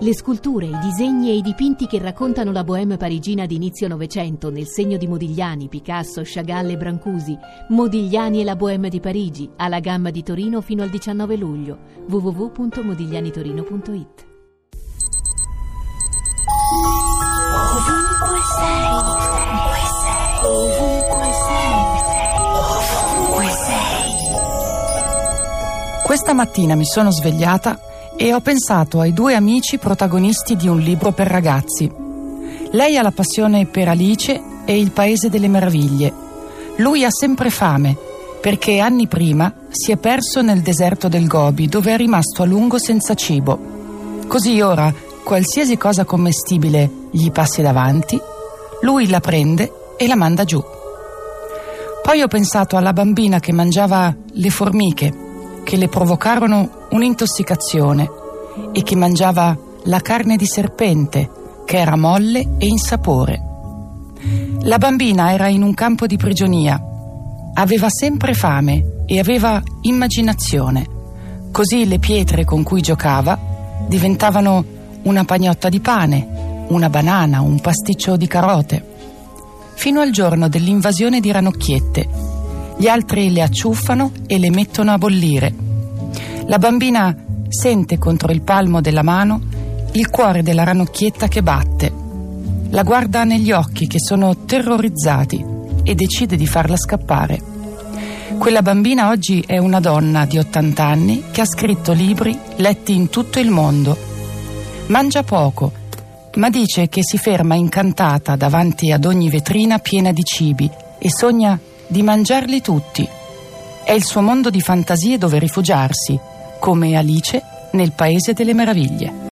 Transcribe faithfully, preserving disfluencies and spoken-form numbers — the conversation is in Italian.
Le sculture, i disegni e i dipinti che raccontano la bohème parigina di inizio Novecento nel segno di Modigliani, Picasso, Chagall e Brancusi. Modigliani e la bohème di Parigi, alla Gamma di Torino fino al diciannove luglio. w w w punto modiglianitorino punto it. Ovunque sei, ovunque sei, ovunque sei, ovunque sei. Questa mattina mi sono svegliata e ho pensato ai due amici protagonisti di un libro per ragazzi. Lei ha la passione per Alice e il Paese delle Meraviglie. Lui ha sempre fame, perché anni prima si è perso nel deserto del Gobi, dove è rimasto a lungo senza cibo. Così ora, qualsiasi cosa commestibile gli passi davanti, lui la prende e la manda giù. Poi ho pensato alla bambina che mangiava le formiche, che le provocarono un'intossicazione, e che mangiava la carne di serpente, che era molle e insapore. La bambina era in un campo di prigionia, aveva sempre fame e aveva immaginazione, così le pietre con cui giocava diventavano una pagnotta di pane, una banana, un pasticcio di carote, fino al giorno dell'invasione di ranocchiette. Gli altri le acciuffano e le mettono a bollire. La bambina sente contro il palmo della mano il cuore della ranocchietta che batte. La guarda negli occhi che sono terrorizzati e decide di farla scappare. Quella bambina oggi è una donna di ottanta anni che ha scritto libri letti in tutto il mondo. Mangia poco, ma dice che si ferma incantata davanti ad ogni vetrina piena di cibi e sogna di mangiarli tutti. È il suo mondo di fantasie dove rifugiarsi, come Alice nel Paese delle Meraviglie.